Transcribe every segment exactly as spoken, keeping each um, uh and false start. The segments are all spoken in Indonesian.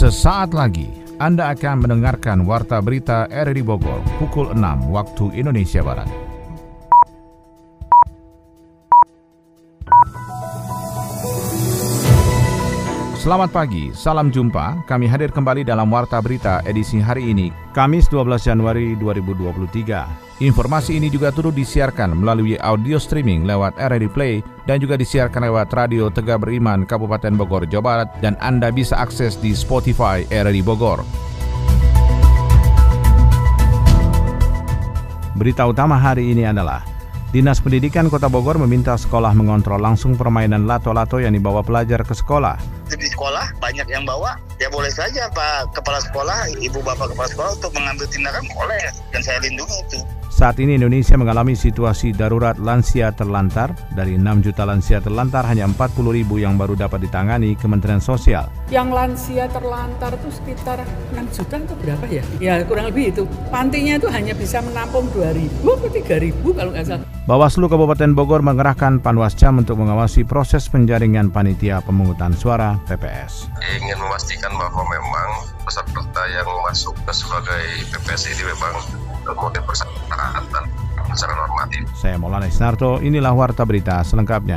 Sesaat lagi Anda akan mendengarkan Warta Berita R R I Bogor pukul enam waktu Indonesia Barat. Selamat pagi, salam jumpa. Kami hadir kembali dalam Warta Berita edisi hari ini, Kamis dua belas Januari dua ribu dua puluh tiga. Informasi ini juga turut disiarkan melalui audio streaming lewat R R I Play dan juga disiarkan lewat Radio Tegak Beriman Kabupaten Bogor, Jawa Barat, dan Anda bisa akses di Spotify R R I Bogor. Berita utama hari ini adalah Dinas Pendidikan Kota Bogor meminta sekolah mengontrol langsung permainan lato-lato yang dibawa pelajar ke sekolah. Di sekolah banyak yang bawa, ya boleh saja Pak Kepala Sekolah, Ibu Bapak Kepala Sekolah untuk mengambil tindakan, boleh, dan saya lindungi itu. Saat ini Indonesia mengalami situasi darurat lansia terlantar. Dari enam juta lansia terlantar, hanya empat puluh ribu yang baru dapat ditangani Kementerian Sosial. Yang lansia terlantar itu sekitar enam juta atau berapa ya? Ya kurang lebih itu. Pantinya itu hanya bisa menampung dua ribu atau tiga ribu kalau nggak salah. Bawaslu Kabupaten Bogor mengerahkan Panwascam untuk mengawasi proses penjaringan panitia pemungutan suara P P S. Ingin memastikan bahwa memang peserta yang masuk sebagai P P S ini memang kemudian persyaratan secara normatif. Saya Maulana Isnarto, inilah Warta Berita selengkapnya.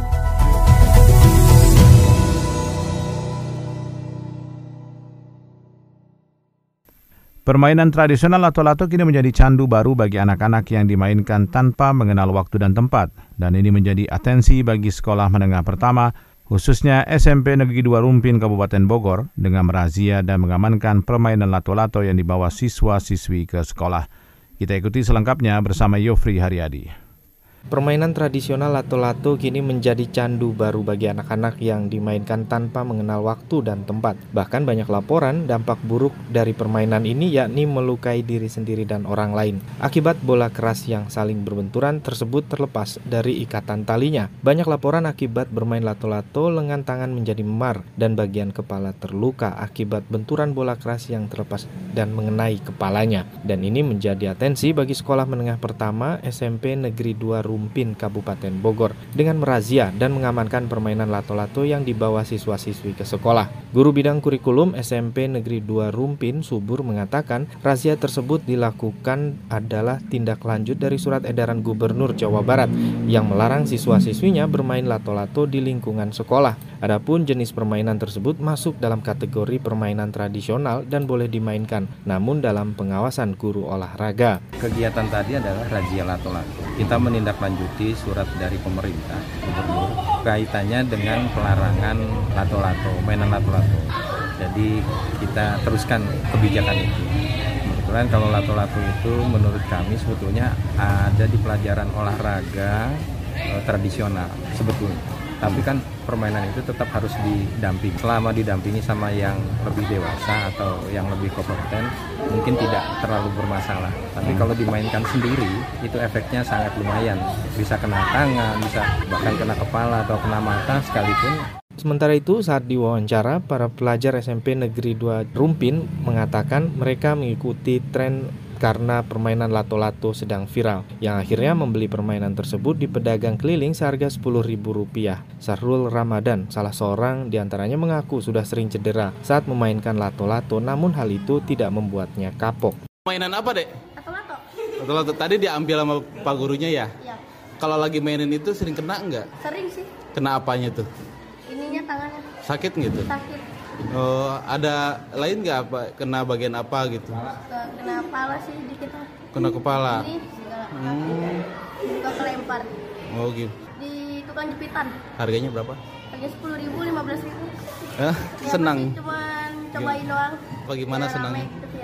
Permainan tradisional lato-lato kini menjadi candu baru bagi anak-anak yang dimainkan tanpa mengenal waktu dan tempat. Dan ini menjadi atensi bagi sekolah menengah pertama, khususnya S M P Negeri dua Rumpin Kabupaten Bogor, dengan merazia dan mengamankan permainan lato-lato yang dibawa siswa-siswi ke sekolah. Kita ikuti selengkapnya bersama Yofri Haryadi. Permainan tradisional lato-lato kini menjadi candu baru bagi anak-anak yang dimainkan tanpa mengenal waktu dan tempat. Bahkan banyak laporan dampak buruk dari permainan ini, yakni melukai diri sendiri dan orang lain. Akibat bola keras yang saling berbenturan tersebut terlepas dari ikatan talinya. Banyak laporan akibat bermain lato-lato lengan tangan menjadi memar dan bagian kepala terluka akibat benturan bola keras yang terlepas dan mengenai kepalanya. Dan ini menjadi atensi bagi sekolah menengah pertama S M P Negeri dua Rumpin Kabupaten Bogor dengan merazia dan mengamankan permainan lato-lato yang dibawa siswa-siswi ke sekolah. Guru bidang kurikulum S M P Negeri dua Rumpin Subur mengatakan razia tersebut dilakukan adalah tindak lanjut dari surat edaran Gubernur Jawa Barat yang melarang siswa-siswinya bermain lato-lato di lingkungan sekolah. Adapun jenis permainan tersebut masuk dalam kategori permainan tradisional dan boleh dimainkan, namun dalam pengawasan guru olahraga. Kegiatan tadi adalah razia lato-lato. Kita menindaklanjuti surat dari pemerintah Gubernur kaitannya dengan pelarangan lato-lato, mainan lato-lato. Jadi kita teruskan kebijakan itu. Kebetulan kalau lato-lato itu menurut kami sebetulnya ada di pelajaran olahraga eh, tradisional sebetulnya. Tapi kan permainan itu tetap harus didampingi. Selama didampingi sama yang lebih dewasa atau yang lebih kompeten, mungkin tidak terlalu bermasalah. Tapi kalau dimainkan sendiri, itu efeknya sangat lumayan. Bisa kena tangan, bisa bahkan kena kepala atau kena mata sekalipun. Sementara itu, saat diwawancara, para pelajar S M P Negeri dua Rumpin mengatakan mereka mengikuti tren karena permainan lato-lato sedang viral, yang akhirnya membeli permainan tersebut di pedagang keliling seharga sepuluh ribu rupiah. Sahrul Ramadan, salah seorang diantaranya, mengaku sudah sering cedera saat memainkan lato-lato, namun hal itu tidak membuatnya kapok. Mainan apa, Dek? Lato-lato. Lato-lato tadi diambil sama Pak gurunya ya? Iya. Kalau lagi mainin itu sering kena enggak? Sering sih. Kena apanya tuh? Ininya tangannya. Sakit gitu? Sakit. Oh, ada lain nggak apa? Kena bagian apa gitu? Kena kepala sih dikit. Kena kepala. Ini segala. Hmm. Juga kelempar. Oh gitu. Di tukang jepitan. Harganya berapa? Harga sepuluh ribu, lima belas ribu. Eh, senang. Cuman cobain doang. Bagaimana senangnya?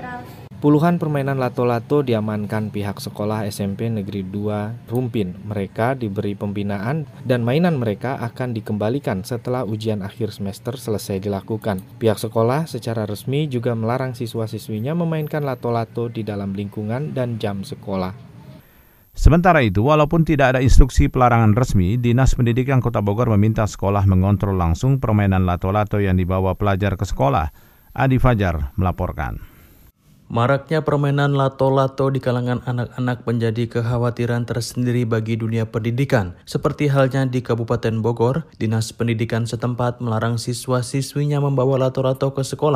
Puluhan permainan lato-lato diamankan pihak sekolah S M P Negeri dua Rumpin. Mereka diberi pembinaan dan mainan mereka akan dikembalikan setelah ujian akhir semester selesai dilakukan. Pihak sekolah secara resmi juga melarang siswa-siswinya memainkan lato-lato di dalam lingkungan dan jam sekolah. Sementara itu, walaupun tidak ada instruksi pelarangan resmi, Dinas Pendidikan Kota Bogor meminta sekolah mengontrol langsung permainan lato-lato yang dibawa pelajar ke sekolah. Adi Fajar melaporkan. Maraknya permainan lato-lato di kalangan anak-anak menjadi kekhawatiran tersendiri bagi dunia pendidikan. Seperti halnya di Kabupaten Bogor, Dinas Pendidikan setempat melarang siswa-siswinya membawa lato-lato ke sekolah.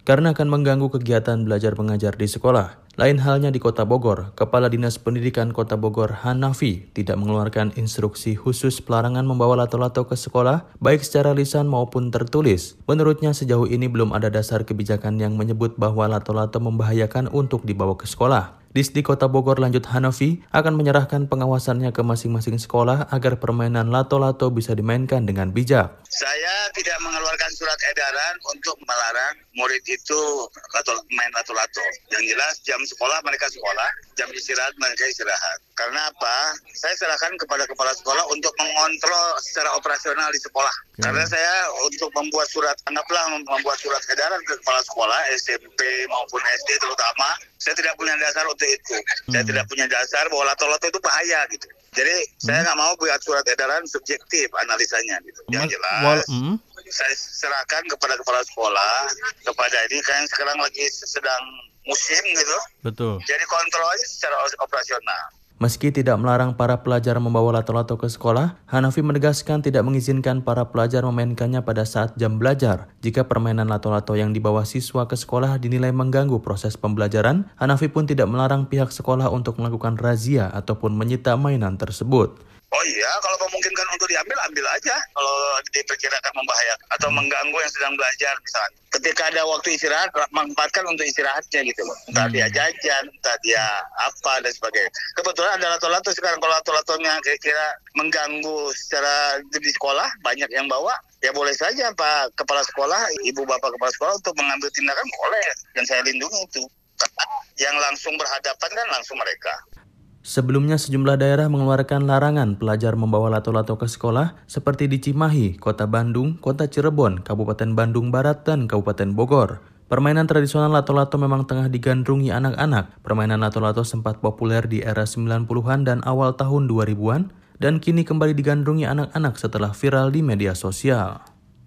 karena akan mengganggu kegiatan belajar mengajar di sekolah. Lain halnya di Kota Bogor, Kepala Dinas Pendidikan Kota Bogor Hanafi tidak mengeluarkan instruksi khusus pelarangan membawa lato-lato ke sekolah, baik secara lisan maupun tertulis. Menurutnya sejauh ini belum ada dasar kebijakan yang menyebut bahwa lato-lato membahayakan untuk dibawa ke sekolah. Disdi Kota Bogor lanjut Hanafi akan menyerahkan pengawasannya ke masing-masing sekolah agar permainan lato-lato bisa dimainkan dengan bijak. Saya tidak mengeluarkan surat edaran untuk melarang murid itu lato, main lato-lato. Yang jelas jam sekolah mereka sekolah, jam istirahat mereka istirahat. Karena apa? Saya serahkan kepada kepala sekolah untuk mengontrol secara operasional di sekolah. Hmm. Karena saya untuk membuat surat, anggaplah membuat surat edaran ke kepala sekolah, S M P maupun S D terutama, saya tidak punya dasar untuk itu. Hmm. Saya tidak punya dasar bahwa lato-lato itu bahaya gitu. Jadi hmm. saya nggak mau buat surat edaran subjektif analisanya gitu. Yang jelas, Wal, hmm. saya serahkan kepada kepala sekolah, kepada ini kan sekarang lagi sedang musim gitu. Betul. Jadi kontrol aja secara operasional. Meski tidak melarang para pelajar membawa lato-lato ke sekolah, Hanafi menegaskan tidak mengizinkan para pelajar memainkannya pada saat jam belajar. Jika permainan lato-lato yang dibawa siswa ke sekolah dinilai mengganggu proses pembelajaran, Hanafi pun tidak melarang pihak sekolah untuk melakukan razia ataupun menyita mainan tersebut. Oh iya, kalau memungkinkan untuk diambil, ambil aja. Kalau diperkirakan membahayakan atau mengganggu yang sedang belajar misalnya. Ketika ada waktu istirahat, manfaatkan untuk istirahatnya gitu loh. Entah hmm. dia jajan, entah dia apa dan sebagainya. Kebetulan ada lato-lato sekarang, kalau lato-latonya kira-kira mengganggu secara di sekolah, banyak yang bawa, ya boleh saja Pak Kepala Sekolah, Ibu Bapak Kepala Sekolah untuk mengambil tindakan boleh. Dan saya lindungi itu. Karena yang langsung berhadapan kan langsung mereka. Sebelumnya sejumlah daerah mengeluarkan larangan pelajar membawa lato-lato ke sekolah seperti di Cimahi, Kota Bandung, Kota Cirebon, Kabupaten Bandung Barat, dan Kabupaten Bogor. Permainan tradisional lato-lato memang tengah digandrungi anak-anak. Permainan lato-lato sempat populer di era sembilan puluhan dan awal tahun dua ribuan dan kini kembali digandrungi anak-anak setelah viral di media sosial.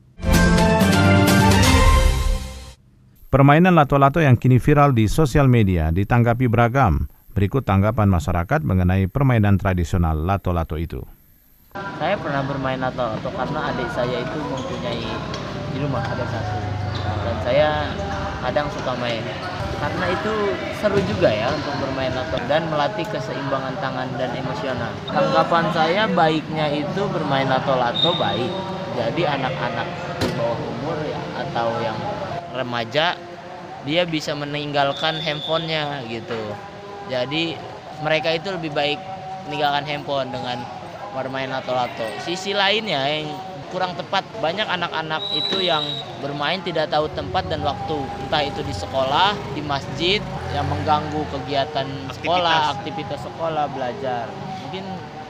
Permainan lato-lato yang kini viral di sosial media ditanggapi beragam. Berikut tanggapan masyarakat mengenai permainan tradisional lato-lato itu. Saya pernah bermain lato-lato karena adik saya itu mempunyai di rumah ada satu. Dan saya kadang suka main. Karena itu seru juga ya untuk bermain lato dan melatih keseimbangan tangan dan emosional. Tanggapan saya baiknya itu bermain lato-lato baik. Jadi anak-anak di bawah umur ya, atau yang remaja dia bisa meninggalkan handphonenya gitu. Jadi mereka itu lebih baik meninggalkan handphone dengan bermain lato-lato. Sisi lainnya yang kurang tepat, banyak anak-anak itu yang bermain tidak tahu tempat dan waktu. Entah itu di sekolah, di masjid, yang mengganggu kegiatan sekolah, aktivitas, aktivitas sekolah, belajar. Mungkin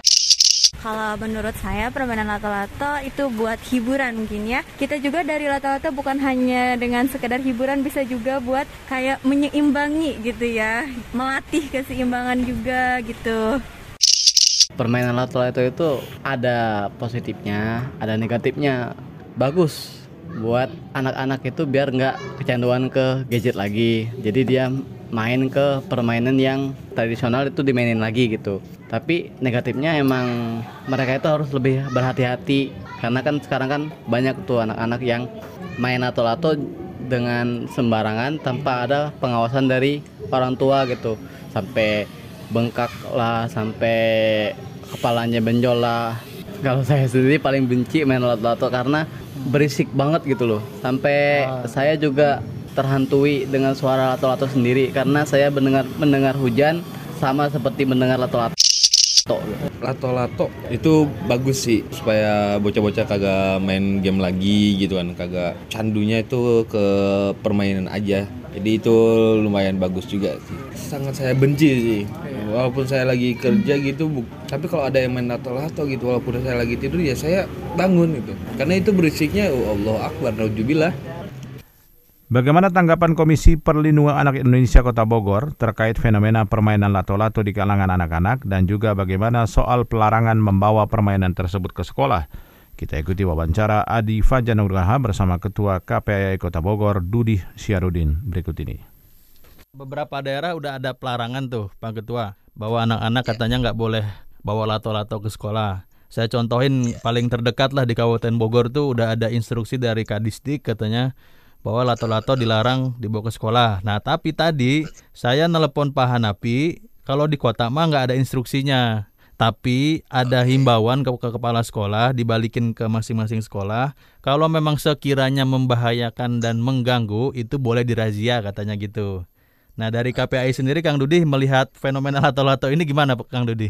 kalau menurut saya permainan lato-lato itu buat hiburan mungkin ya. Kita juga dari lato-lato bukan hanya dengan sekedar hiburan, bisa juga buat kayak menyeimbangi gitu ya. Melatih keseimbangan juga gitu. Permainan lato-lato itu ada positifnya, ada negatifnya. Bagus buat anak-anak itu biar nggak kecanduan ke gadget lagi. Jadi dia main ke permainan yang tradisional itu dimainin lagi gitu. Tapi negatifnya emang mereka itu harus lebih berhati-hati karena kan sekarang kan banyak tuh anak-anak yang main lato-lato dengan sembarangan tanpa ada pengawasan dari orang tua gitu. Sampai bengkak lah, sampai kepalanya benjol lah. Kalau saya sendiri paling benci main lato-lato karena berisik banget gitu loh. Sampai ah. saya juga terhantui dengan suara lato-lato sendiri karena saya mendengar mendengar hujan sama seperti mendengar lato-lato. Lato-lato itu bagus sih supaya bocah-bocah kagak main game lagi gitu kan, kagak candunya itu ke permainan aja. Jadi itu lumayan bagus juga sih. Sangat saya benci sih. Walaupun saya lagi kerja gitu, bu- tapi kalau ada yang main lato-lato gitu, walaupun saya lagi tidur ya saya bangun gitu. Karena itu berisiknya, oh Allah Akbar, naudzubillah. Bagaimana tanggapan Komisi Perlindungan Anak Indonesia Kota Bogor terkait fenomena permainan lato-lato di kalangan anak-anak dan juga bagaimana soal pelarangan membawa permainan tersebut ke sekolah? Kita ikuti wawancara Adi Fajanugraha bersama Ketua K P A I Kota Bogor, Dudi Syarudin, berikut ini. Beberapa daerah udah ada pelarangan tuh, Pak Ketua, bahwa anak-anak katanya nggak boleh bawa lato-lato ke sekolah. Saya contohin paling terdekat lah di Kabupaten Bogor tuh udah ada instruksi dari Kadisdik katanya bahwa lato-lato dilarang dibawa ke sekolah. Nah, tapi tadi saya nelepon Pak Hanafi, kalau di kota mah nggak ada instruksinya. Tapi ada himbauan ke, ke kepala sekolah, dibalikin ke masing-masing sekolah. Kalau memang sekiranya membahayakan dan mengganggu, itu boleh dirazia katanya gitu. Nah, dari K P A I sendiri, Kang Dudi, melihat fenomena lato-lato ini gimana, Kang Dudi?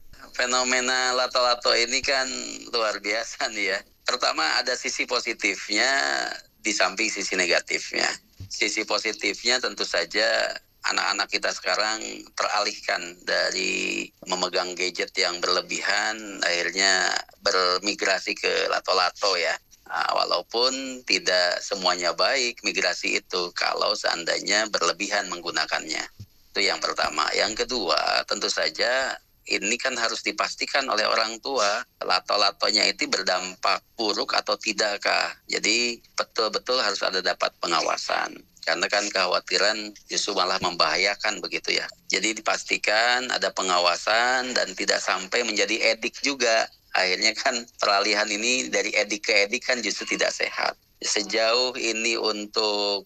Fenomena lato-lato ini kan luar biasa nih ya. Pertama ada sisi positifnya di samping sisi negatifnya. Sisi positifnya tentu saja anak-anak kita sekarang teralihkan dari memegang gadget yang berlebihan, akhirnya bermigrasi ke lato-lato ya. Nah, walaupun tidak semuanya baik migrasi itu kalau seandainya berlebihan menggunakannya. Itu yang pertama. Yang kedua, tentu saja ini kan harus dipastikan oleh orang tua lato-latonya itu berdampak buruk atau tidakkah. Jadi betul-betul harus ada dapat pengawasan. Karena kan kekhawatiran justru malah membahayakan begitu ya. Jadi dipastikan ada pengawasan dan tidak sampai menjadi edik juga. Akhirnya kan peralihan ini dari edik ke edik kan justru tidak sehat. Sejauh ini untuk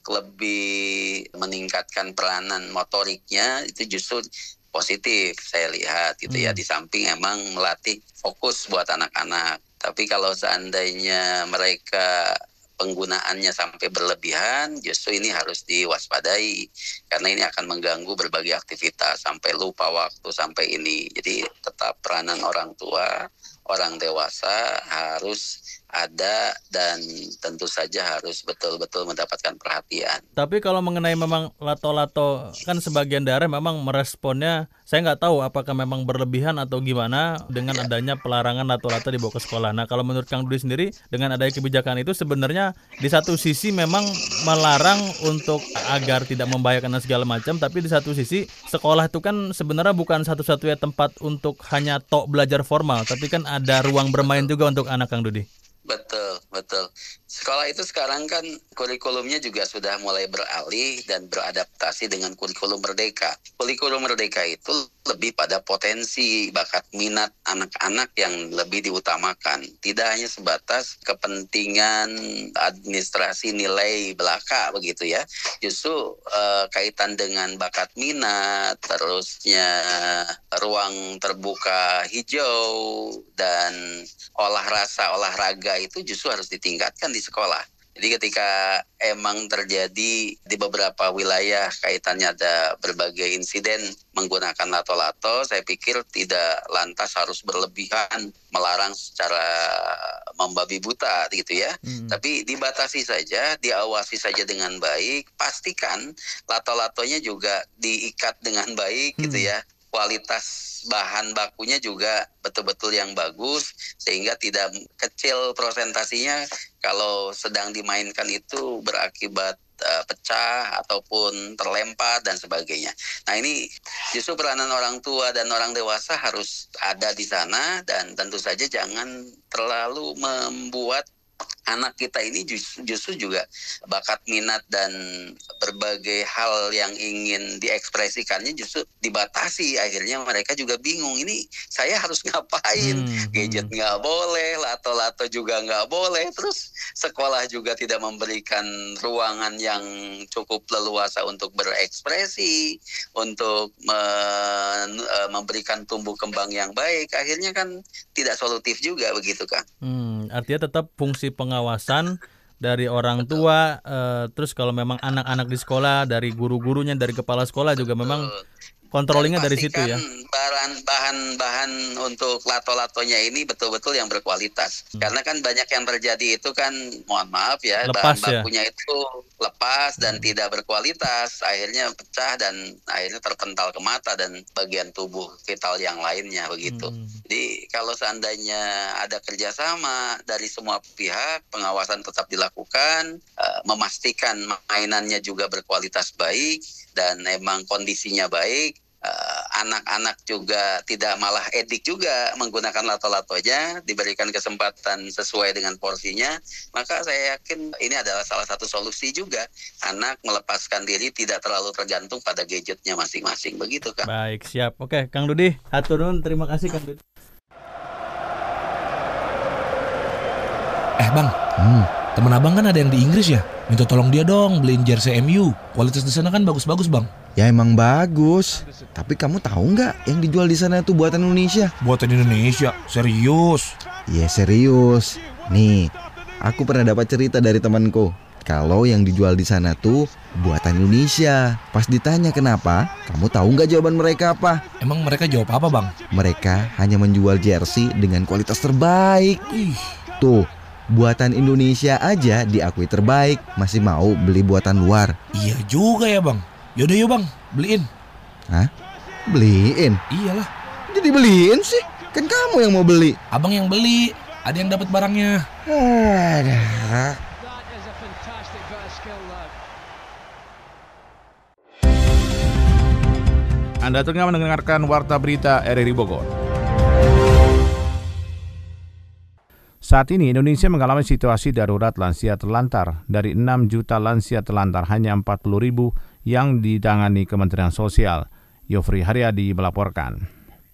lebih meningkatkan peranan motoriknya itu justru positif saya lihat gitu ya. Di samping emang melatih fokus buat anak-anak. Tapi kalau seandainya mereka penggunaannya sampai berlebihan, justru ini harus diwaspadai karena ini akan mengganggu berbagai aktivitas sampai lupa waktu sampai ini. Jadi tetap peranan orang tua, orang dewasa harus ada dan tentu saja harus betul-betul mendapatkan perhatian. Tapi kalau mengenai memang lato-lato, kan sebagian daerah memang meresponnya, saya nggak tahu apakah memang berlebihan atau gimana dengan ya. Adanya pelarangan lato-lato dibawa ke sekolah. Nah, kalau menurut Kang Dudi sendiri, dengan adanya kebijakan itu sebenarnya di satu sisi memang melarang untuk agar tidak membahayakan dan segala macam, tapi di satu sisi sekolah itu kan sebenarnya bukan satu-satunya tempat untuk hanya tok belajar formal, tapi kan ada ruang bermain juga untuk anak, Kang Dudi. Betul, betul. Sekolah itu sekarang kan kurikulumnya juga sudah mulai beralih dan beradaptasi dengan kurikulum merdeka. Kurikulum merdeka itu lebih pada potensi, bakat, minat anak-anak yang lebih diutamakan. Tidak hanya sebatas kepentingan administrasi nilai belaka begitu ya. Justru eh, kaitan dengan bakat, minat, terusnya ruang terbuka hijau dan olah rasa, olahraga itu justru harus ditingkatkan di sekolah. Jadi ketika emang terjadi di beberapa wilayah kaitannya ada berbagai insiden menggunakan lato-lato, saya pikir tidak lantas harus berlebihan melarang secara membabi buta gitu ya. Hmm. Tapi dibatasi saja, diawasi saja dengan baik, pastikan lato-latonya juga diikat dengan baik hmm. gitu ya. Kualitas bahan bakunya juga betul-betul yang bagus sehingga tidak kecil prosentasinya kalau sedang dimainkan itu berakibat uh, pecah ataupun terlempar dan sebagainya. Nah ini justru peranan orang tua dan orang dewasa harus ada di sana dan tentu saja jangan terlalu membuat anak kita ini justru, justru juga bakat, minat dan berbagai hal yang ingin diekspresikannya justru dibatasi. Akhirnya mereka juga bingung, ini saya harus ngapain? Hmm. Gadget nggak boleh, lato-lato juga nggak boleh, terus sekolah juga tidak memberikan ruangan yang cukup leluasa untuk berekspresi, untuk me- memberikan tumbuh kembang yang baik. Akhirnya kan tidak solutif juga begitu kan? Hmm, artinya tetap fungsi pengawasan dari orang tua, eh, terus kalau memang anak-anak di sekolah, dari guru-gurunya, dari kepala sekolah juga memang kontrolingnya dari situ ya. Bahan-bahan untuk lato-latonya ini betul-betul yang berkualitas. Hmm. Karena kan banyak yang terjadi itu kan, mohon maaf ya, lepas bahan bakunya ya? Itu lepas dan hmm. tidak berkualitas. Akhirnya pecah dan akhirnya terpental ke mata dan bagian tubuh vital yang lainnya begitu. Hmm. Jadi kalau seandainya ada kerjasama dari semua pihak, pengawasan tetap dilakukan, uh, memastikan mainannya juga berkualitas baik dan emang kondisinya baik. Uh, anak-anak juga tidak malah edik juga menggunakan lato-latonya, diberikan kesempatan sesuai dengan porsinya, maka saya yakin ini adalah salah satu solusi juga, anak melepaskan diri tidak terlalu tergantung pada gadgetnya masing-masing, begitu kan. Baik, siap. Oke, Kang Dudi, hatur nuhun, terima kasih Kang Dudi. Eh bang, hmm. Temen abang kan ada yang di Inggris ya, minta tolong dia dong beliin jersey M U. Kualitas di sana kan bagus-bagus bang. Ya emang bagus, tapi kamu tahu nggak yang dijual di sana itu buatan Indonesia? Buatan Indonesia? Serius? Iya serius. Nih, aku pernah dapat cerita dari temanku. Kalau yang dijual di sana tuh buatan Indonesia. Pas ditanya kenapa, kamu tahu nggak jawaban mereka apa? Emang mereka jawab apa bang? Mereka hanya menjual jersey dengan kualitas terbaik. Ih. Tuh, buatan Indonesia aja diakui terbaik, masih mau beli buatan luar. Iya juga ya bang. Yaudah yuk bang, beliin. Hah? Beliin? Iyalah. Jadi beliin sih? Kan kamu yang mau beli. Abang yang beli, ada yang dapat barangnya. Aduh. Anda tengah mendengarkan Warta Berita R R I Bogor. Saat ini Indonesia mengalami situasi darurat lansia terlantar. Dari enam juta lansia terlantar, hanya empat puluh ribu yang ditangani Kementerian Sosial. Yofri Haryadi melaporkan.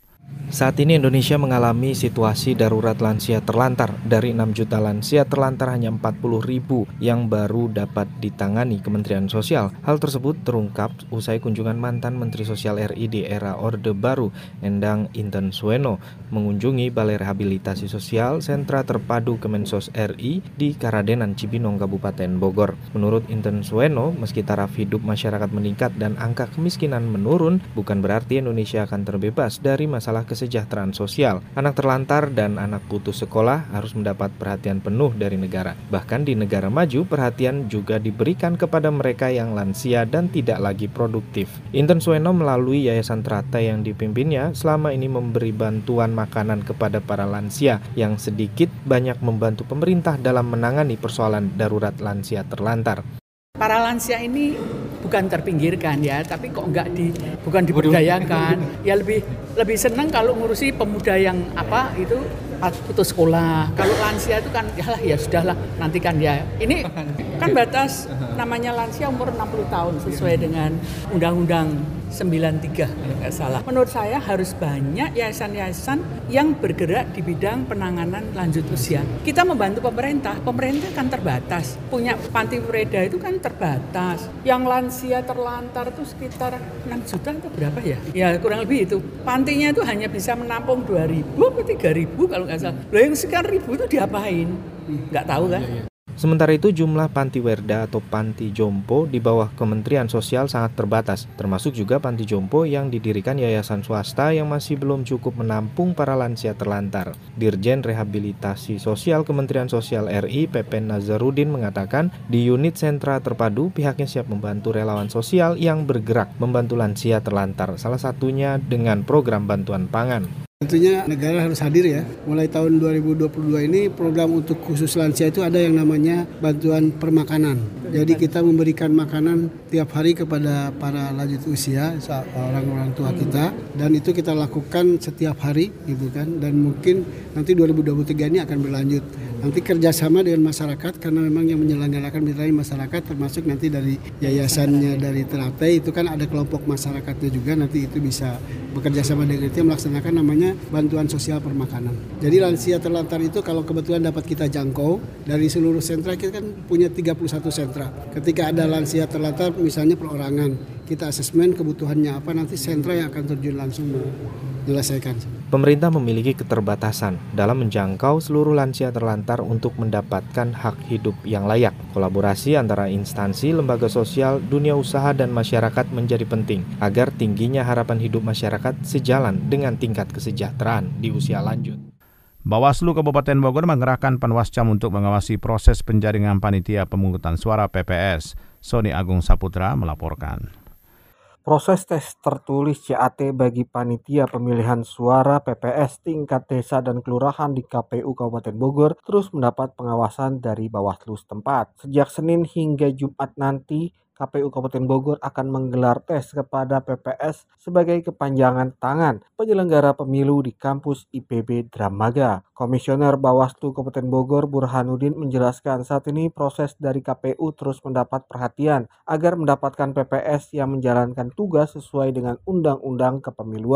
Saat ini Indonesia mengalami situasi darurat lansia terlantar. Dari enam juta lansia terlantar, hanya empat puluh ribu yang baru dapat ditangani Kementerian Sosial. Hal tersebut terungkap usai kunjungan mantan Menteri Sosial R I di era Orde Baru, Endang Inten Sueno, mengunjungi Balai Rehabilitasi Sosial Sentra Terpadu Kemensos R I di Karadenan, Cibinong, Kabupaten Bogor. Menurut Inten Sueno, meski taraf hidup masyarakat meningkat dan angka kemiskinan menurun, bukan berarti Indonesia akan terbebas dari masalah kesejahteraan sosial. Anak terlantar dan anak putus sekolah harus mendapat perhatian penuh dari negara. Bahkan di negara maju, perhatian juga diberikan kepada mereka yang lansia dan tidak lagi produktif. Inten Sueno melalui Yayasan Trate yang dipimpinnya selama ini memberi bantuan makanan kepada para lansia yang sedikit banyak membantu pemerintah dalam menangani persoalan darurat lansia terlantar. Para lansia ini bukan terpinggirkan ya, tapi kok enggak di bukan diberdayakan. Ya lebih lebih senang kalau ngurusi pemuda yang apa itu putus sekolah. Kalau lansia itu kan ya, ya sudahlah, nanti kan ya. Ini kan batas namanya lansia umur enam puluh tahun sesuai dengan Undang-Undang sembilan puluh tiga kalau nggak salah. Menurut saya harus banyak yayasan-yayasan yang bergerak di bidang penanganan lanjut usia. Kita membantu pemerintah, pemerintah kan terbatas. Punya panti Freda itu kan terbatas. Yang lansia terlantar itu sekitar enam juta atau berapa ya? Ya kurang lebih itu. Pantinya itu hanya bisa menampung dua ribu atau tiga ribu kalau nggak salah. Loh yang sekian ribu itu diapain? Nggak tahu kan? Sementara itu jumlah panti werda atau panti jompo di bawah Kementerian Sosial sangat terbatas, termasuk juga panti jompo yang didirikan yayasan swasta yang masih belum cukup menampung para lansia terlantar. Dirjen Rehabilitasi Sosial Kementerian Sosial R I, Pepen Nazarudin, mengatakan di unit sentra terpadu pihaknya siap membantu relawan sosial yang bergerak membantu lansia terlantar, salah satunya dengan program bantuan pangan. Tentunya negara harus hadir ya. Mulai tahun dua ribu dua puluh dua ini program untuk khusus lansia itu ada yang namanya bantuan permakanan. Jadi kita memberikan makanan tiap hari kepada para lanjut usia, orang-orang tua kita, dan itu kita lakukan setiap hari gitu kan. Dan mungkin nanti dua ribu dua puluh tiga ini akan berlanjut. Nanti kerjasama dengan masyarakat karena memang yang menyelenggarakan mitra masyarakat termasuk nanti dari yayasannya dari Teratai itu kan ada kelompok masyarakatnya juga, nanti itu bisa bekerja sama dengan itu yang melaksanakan namanya bantuan sosial permakanan. Jadi lansia terlantar itu kalau kebetulan dapat kita jangkau dari seluruh sentra, kita kan punya tiga puluh satu sentra. Ketika ada lansia terlantar misalnya perorangan, kita asesmen kebutuhannya apa, nanti sentra yang akan terjun langsung menyelesaikan. Pemerintah memiliki keterbatasan dalam menjangkau seluruh lansia terlantar untuk mendapatkan hak hidup yang layak. Kolaborasi antara instansi, lembaga sosial, dunia usaha, dan masyarakat menjadi penting agar tingginya harapan hidup masyarakat sejalan dengan tingkat kesejahteraan di usia lanjut. Bawaslu Kabupaten Bogor mengerahkan Panwascam untuk mengawasi proses penjaringan panitia pemungutan suara P P S. Sony Agung Saputra melaporkan. Proses tes tertulis C A T bagi panitia pemilihan suara P P S tingkat desa dan kelurahan di K P U Kabupaten Bogor terus mendapat pengawasan dari Bawaslu setempat. Sejak Senin hingga Jumat nanti, K P U Kabupaten Bogor akan menggelar tes kepada P P S sebagai kepanjangan tangan penyelenggara pemilu di kampus I P B Dramaga. Komisioner Bawaslu Kabupaten Bogor Burhanuddin menjelaskan saat ini proses dari K P U terus mendapat perhatian agar mendapatkan P P S yang menjalankan tugas sesuai dengan Undang-Undang Kepemiluan.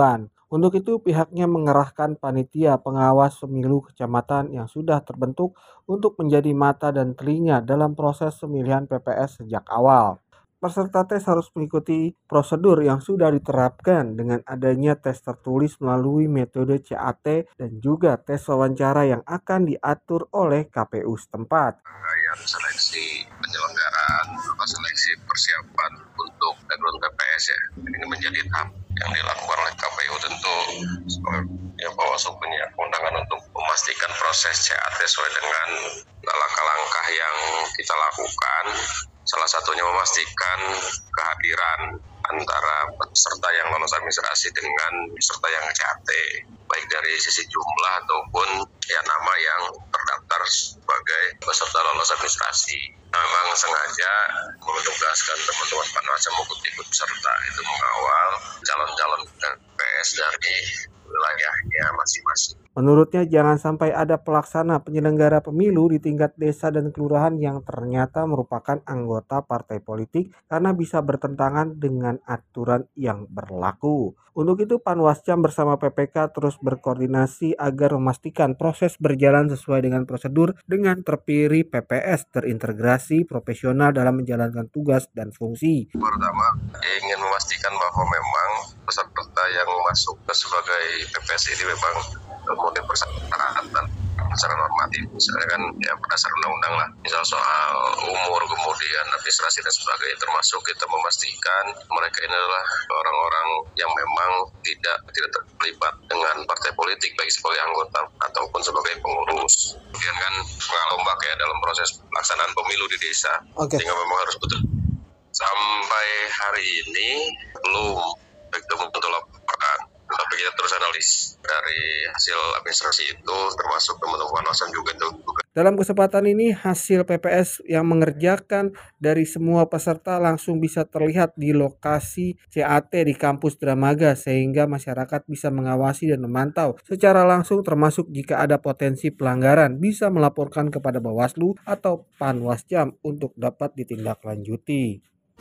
Untuk itu pihaknya mengerahkan panitia pengawas pemilu kecamatan yang sudah terbentuk untuk menjadi mata dan telinga dalam proses pemilihan P P S sejak awal. Peserta tes harus mengikuti prosedur yang sudah diterapkan dengan adanya tes tertulis melalui metode C A T dan juga tes wawancara yang akan diatur oleh K P U setempat. Rangkaian seleksi penyelenggaraan atau seleksi persiapan untuk background P P S ya. Ini menjadi tahap yang dilakukan oleh K P U tentu sebagai yang Bawaslu punya kewenangan untuk memastikan proses C A T sesuai dengan langkah-langkah yang kita lakukan. Salah satunya memastikan kehadiran antara peserta yang lolos administrasi dengan peserta yang C A T, baik dari sisi jumlah ataupun ya nama yang terdaftar sebagai peserta lolos administrasi. Nah, memang sengaja menugaskan teman-teman Panwascam untuk ikut serta itu mengawal calon-calon P P S dari wilayahnya masing-masing. Menurutnya jangan sampai ada pelaksana penyelenggara pemilu di tingkat desa dan kelurahan yang ternyata merupakan anggota partai politik karena bisa bertentangan dengan aturan yang berlaku. Untuk itu Panwascam bersama P P K terus berkoordinasi agar memastikan proses berjalan sesuai dengan prosedur dengan terpilih P P S terintegrasi profesional dalam menjalankan tugas dan fungsi. Pertama, ingin memastikan bahwa memang peserta yang masuk sebagai P P S ini memang memenuhi persyaratan secara normatif, misalnya kan ya berdasar undang-undang lah, misal soal umur, kemudian administrasi dan sebagainya, termasuk kita memastikan mereka ini adalah orang-orang yang memang tidak tidak terlibat dengan partai politik baik sebagai anggota ataupun sebagai pengurus. Kemudian kan mengombak ya dalam proses pelaksanaan pemilu di desa, okay. Sehingga memang harus betul. Sampai hari ini belum begitu untuk laporan. Tapi kita terus analis dari hasil administrasi itu, termasuk teman-teman Panwascam juga itu. Dalam kesempatan ini, hasil P P S yang mengerjakan dari semua peserta langsung bisa terlihat di lokasi C A T di kampus Dramaga, sehingga masyarakat bisa mengawasi dan memantau secara langsung, termasuk jika ada potensi pelanggaran bisa melaporkan kepada Bawaslu atau Panwascam untuk dapat ditindaklanjuti.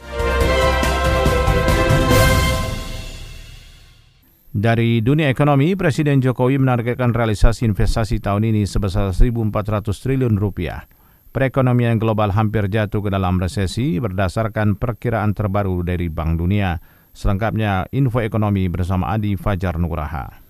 Dari dunia ekonomi, Presiden Jokowi menargetkan realisasi investasi tahun ini sebesar seribu empat ratus triliun rupiah. Perekonomian global hampir jatuh ke dalam resesi berdasarkan perkiraan terbaru dari Bank Dunia. Selengkapnya info ekonomi bersama Adi Fajar Nugraha.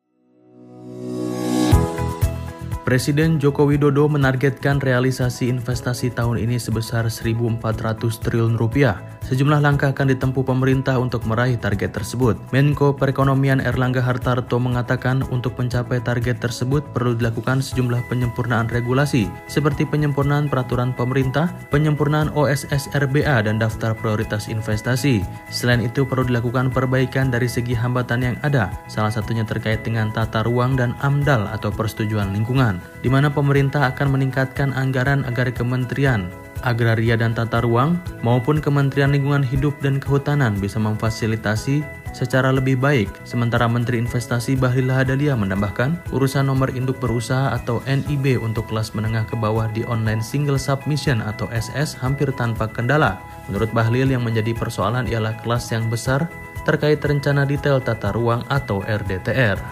Presiden Joko Widodo menargetkan realisasi investasi tahun ini sebesar seribu empat ratus triliun rupiah. Sejumlah langkah akan ditempuh pemerintah untuk meraih target tersebut. Menko Perekonomian Erlangga Hartarto mengatakan untuk mencapai target tersebut perlu dilakukan sejumlah penyempurnaan regulasi seperti penyempurnaan peraturan pemerintah, penyempurnaan O S S R B A dan daftar prioritas investasi. Selain itu perlu dilakukan perbaikan dari segi hambatan yang ada, salah satunya terkait dengan tata ruang dan AMDAL atau persetujuan lingkungan, di mana pemerintah akan meningkatkan anggaran agar kementerian Agraria dan Tata Ruang maupun Kementerian Lingkungan Hidup dan Kehutanan bisa memfasilitasi secara lebih baik. Sementara Menteri Investasi Bahlil Lahadalia menambahkan, urusan nomor induk berusaha atau N I B untuk kelas menengah ke bawah di online single submission atau S S hampir tanpa kendala. Menurut Bahlil, yang menjadi persoalan ialah kelas yang besar terkait rencana detail tata ruang atau R D T R.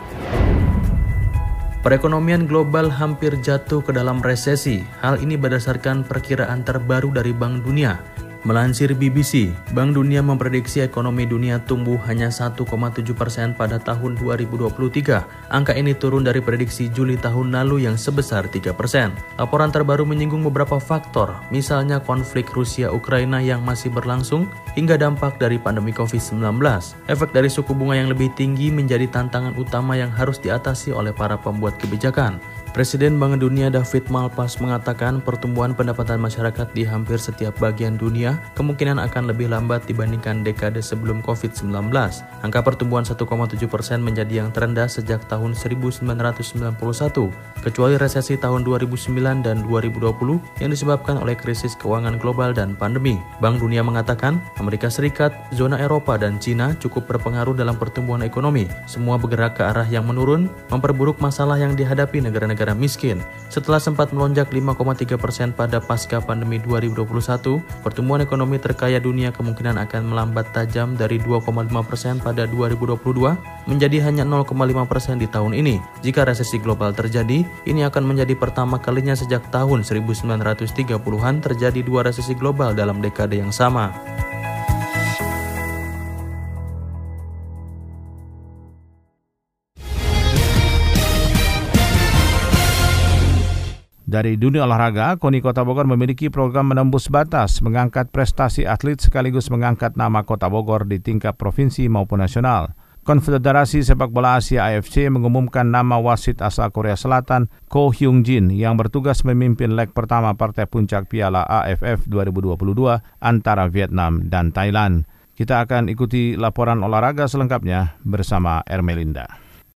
Perekonomian global hampir jatuh ke dalam resesi. Hal ini berdasarkan perkiraan terbaru dari Bank Dunia. Melansir B B C, Bank Dunia memprediksi ekonomi dunia tumbuh hanya satu koma tujuh persen pada tahun dua ribu dua puluh tiga. Angka ini turun dari prediksi Juli tahun lalu yang sebesar tiga persen. Laporan terbaru menyinggung beberapa faktor, misalnya konflik Rusia-Ukraina yang masih berlangsung, hingga dampak dari pandemi covid sembilan belas. Efek dari suku bunga yang lebih tinggi menjadi tantangan utama yang harus diatasi oleh para pembuat kebijakan. Presiden Bank Dunia David Malpass mengatakan pertumbuhan pendapatan masyarakat di hampir setiap bagian dunia kemungkinan akan lebih lambat dibandingkan dekade sebelum covid sembilan belas. Angka pertumbuhan satu koma tujuh persen menjadi yang terendah sejak tahun seribu sembilan ratus sembilan puluh satu, kecuali resesi tahun dua ribu sembilan dan dua ribu dua puluh yang disebabkan oleh krisis keuangan global dan pandemi. Bank Dunia mengatakan Amerika Serikat, zona Eropa, dan Cina cukup berpengaruh dalam pertumbuhan ekonomi. Semua bergerak ke arah yang menurun, memperburuk masalah yang dihadapi negara-negara negara miskin. Setelah sempat melonjak lima koma tiga persen pada pasca pandemi dua ribu dua puluh satu, pertumbuhan ekonomi terkaya dunia kemungkinan akan melambat tajam dari dua koma lima persen pada dua ribu dua puluh dua menjadi hanya nol koma lima persen di tahun ini. Jika resesi global terjadi, ini akan menjadi pertama kalinya sejak tahun seribu sembilan ratus tiga puluhan terjadi dua resesi global dalam dekade yang sama. Dari dunia olahraga, KONI Kota Bogor memiliki program menembus batas, mengangkat prestasi atlet sekaligus mengangkat nama Kota Bogor di tingkat provinsi maupun nasional. Konfederasi Sepak Bola Asia A F C mengumumkan nama wasit asal Korea Selatan Ko Hyung Jin yang bertugas memimpin leg pertama partai puncak Piala A F F dua ribu dua puluh dua antara Vietnam dan Thailand. Kita akan ikuti laporan olahraga selengkapnya bersama Ermelinda.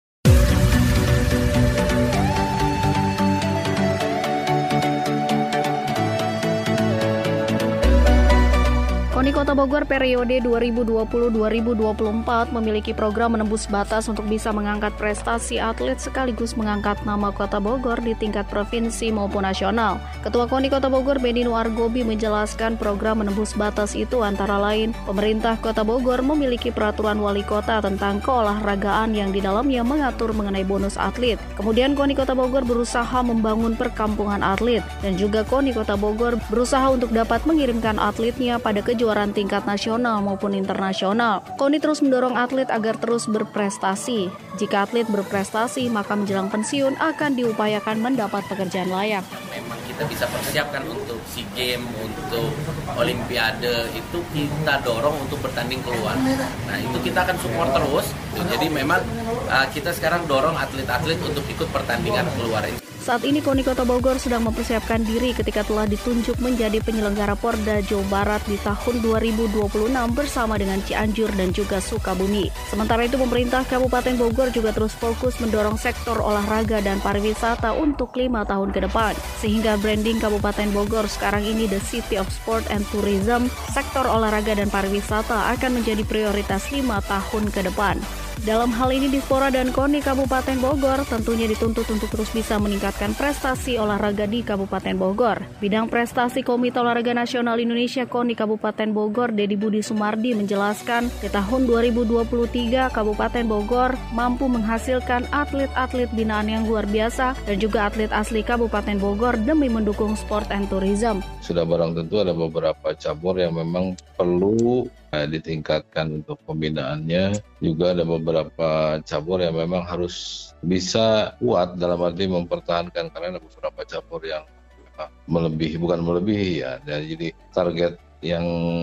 KONI Kota Bogor periode dua ribu dua puluh sampai dua ribu dua puluh empat memiliki program menembus batas untuk bisa mengangkat prestasi atlet sekaligus mengangkat nama Kota Bogor di tingkat provinsi maupun nasional. Ketua KONI Kota Bogor Benny Nuargobi menjelaskan program menembus batas itu antara lain pemerintah Kota Bogor memiliki peraturan wali kota tentang keolahragaan yang di dalamnya mengatur mengenai bonus atlet. Kemudian KONI Kota Bogor berusaha membangun perkampungan atlet dan juga KONI Kota Bogor berusaha untuk dapat mengirimkan atletnya pada kejuaraan tingkat nasional maupun internasional. KONI terus mendorong atlet agar terus berprestasi. Jika atlet berprestasi, maka menjelang pensiun akan diupayakan mendapat pekerjaan layak. Memang kita bisa persiapkan untuk SEA Games, untuk Olimpiade, itu kita dorong untuk bertanding keluar. Nah, itu kita akan support terus. Jadi memang uh, kita sekarang dorong atlet-atlet untuk ikut pertandingan keluar. Saat ini KONI Kota Bogor sedang mempersiapkan diri ketika telah ditunjuk menjadi penyelenggara Porda Jawa Barat di tahun dua ribu dua puluh enam bersama dengan Cianjur dan juga Sukabumi. Sementara itu pemerintah Kabupaten Bogor juga terus fokus mendorong sektor olahraga dan pariwisata untuk lima tahun ke depan. Sehingga branding Kabupaten Bogor sekarang ini The City of Sport and Tourism, sektor olahraga dan pariwisata akan menjadi prioritas lima tahun ke depan. Dalam hal ini Dispora dan KONI Kabupaten Bogor tentunya dituntut untuk terus bisa meningkatkan prestasi olahraga di Kabupaten Bogor. Bidang prestasi Komite Olahraga Nasional Indonesia KONI Kabupaten Bogor Dedi Budi Sumardi menjelaskan di tahun dua ribu dua puluh tiga Kabupaten Bogor mampu menghasilkan atlet-atlet binaan yang luar biasa dan juga atlet asli Kabupaten Bogor demi mendukung sport and tourism. Sudah barang tentu ada beberapa cabur yang memang perlu ditingkatkan untuk pembinaannya. Juga ada beberapa cabur yang memang harus bisa kuat dalam arti mempertahankan, karena ada beberapa cabur yang melebihi, bukan melebihi ya. Jadi target yang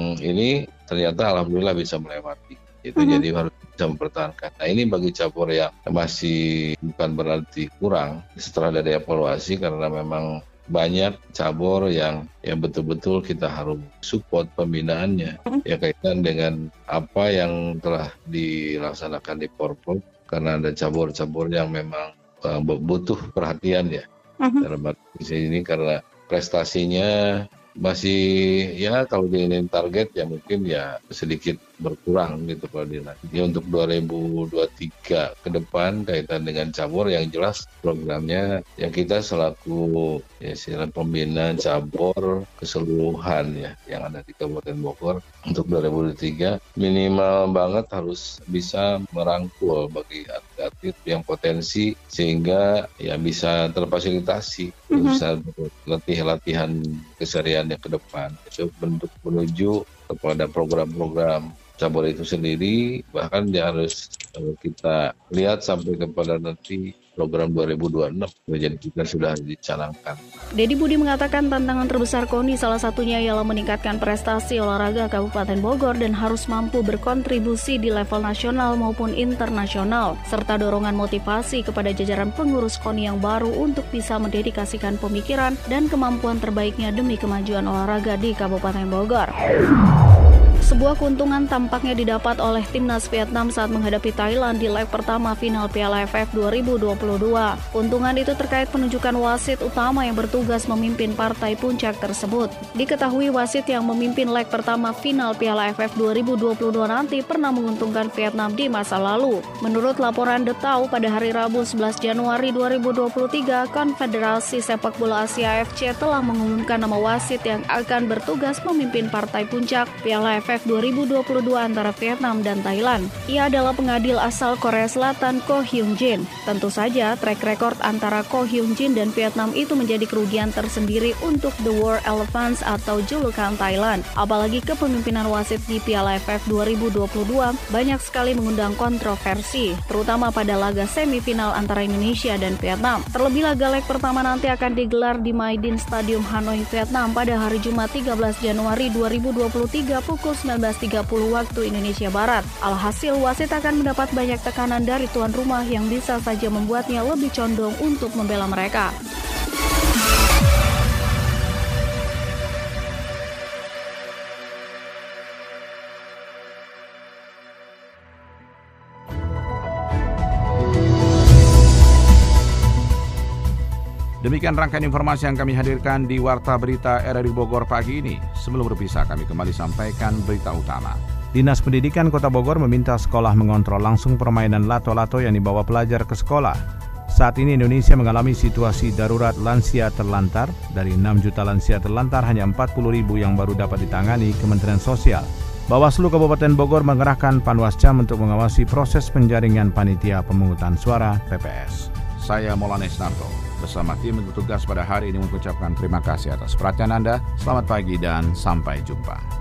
ini ternyata alhamdulillah bisa melewati. Itu mm-hmm. Jadi harus bisa mempertahankan. Nah ini bagi cabur yang masih bukan berarti kurang setelah dari evaluasi, karena memang banyak cabur yang yang betul-betul kita harus support pembinaannya, ya kaitan dengan apa yang telah dilaksanakan di Porprov, karena ada cabur-cabur yang memang uh, butuh perhatian ya. Uh-huh. Dalam arti ini karena prestasinya masih ya kalau diingin target ya mungkin ya sedikit berkurang gitu kalau dinanti. Ya, untuk dua ribu dua puluh tiga ke depan kaitan dengan cabur yang jelas programnya yang kita selaku ya silang pembinaan cabur keseluruhan ya yang ada di Kabupaten Bogor untuk dua ribu dua puluh tiga minimal banget harus bisa merangkul bagi atlet yang potensi sehingga ya bisa terfasilitasi, mm-hmm. bisa latihan-latihan kesehariannya ke depan. So, bentuk menuju kepada program-program cabur itu sendiri, bahkan dia harus kita lihat sampai kepada nanti program dua ribu dua puluh enam, jadi kita sudah dicanangkan. Dedi Budi mengatakan tantangan terbesar KONI salah satunya ialah meningkatkan prestasi olahraga Kabupaten Bogor dan harus mampu berkontribusi di level nasional maupun internasional, serta dorongan motivasi kepada jajaran pengurus KONI yang baru untuk bisa mendedikasikan pemikiran dan kemampuan terbaiknya demi kemajuan olahraga di Kabupaten Bogor. Sebuah keuntungan tampaknya didapat oleh timnas Vietnam saat menghadapi Thailand di leg pertama final Piala A F F dua ribu dua puluh dua. Keuntungan itu terkait penunjukan wasit utama yang bertugas memimpin partai puncak tersebut. Diketahui wasit yang memimpin leg pertama final Piala A F F dua ribu dua puluh dua nanti pernah menguntungkan Vietnam di masa lalu. Menurut laporan The Tau pada hari Rabu sebelas Januari dua ribu dua puluh tiga, Konfederasi Sepak Bola Asia A F C telah mengumumkan nama wasit yang akan bertugas memimpin partai puncak Piala A F F dua ribu dua puluh dua antara Vietnam dan Thailand. Ia adalah pengadil asal Korea Selatan Ko Hyun Jin. Tentu saja track record antara Ko Hyun Jin dan Vietnam itu menjadi kerugian tersendiri untuk The War Elephants atau julukan Thailand. Apalagi kepemimpinan wasit di Piala A F F dua ribu dua puluh dua banyak sekali mengundang kontroversi, terutama pada laga semifinal antara Indonesia dan Vietnam. Terlebih laga leg pertama nanti akan digelar di My Dinh Stadium Hanoi, Vietnam pada hari Jumat tiga belas Januari dua ribu dua puluh tiga pukul sembilan belas tiga puluh waktu Indonesia Barat. Alhasil wasit akan mendapat banyak tekanan dari tuan rumah yang bisa saja membuatnya lebih condong untuk membela mereka. Demikian rangkaian informasi yang kami hadirkan di Warta Berita R R I Bogor pagi ini. Sebelum berpisah, kami kembali sampaikan berita utama. Dinas Pendidikan Kota Bogor meminta sekolah mengontrol langsung permainan lato-lato yang dibawa pelajar ke sekolah. Saat ini Indonesia mengalami situasi darurat lansia terlantar. Dari enam juta lansia terlantar, hanya empat puluh ribu yang baru dapat ditangani Kementerian Sosial. Bawaslu Kabupaten Bogor mengerahkan Panwascam untuk mengawasi proses penjaringan panitia pemungutan suara P P S. Saya Molanes Narto bersama tim bertugas pada hari ini mengucapkan terima kasih atas perhatian Anda. Selamat pagi dan sampai jumpa.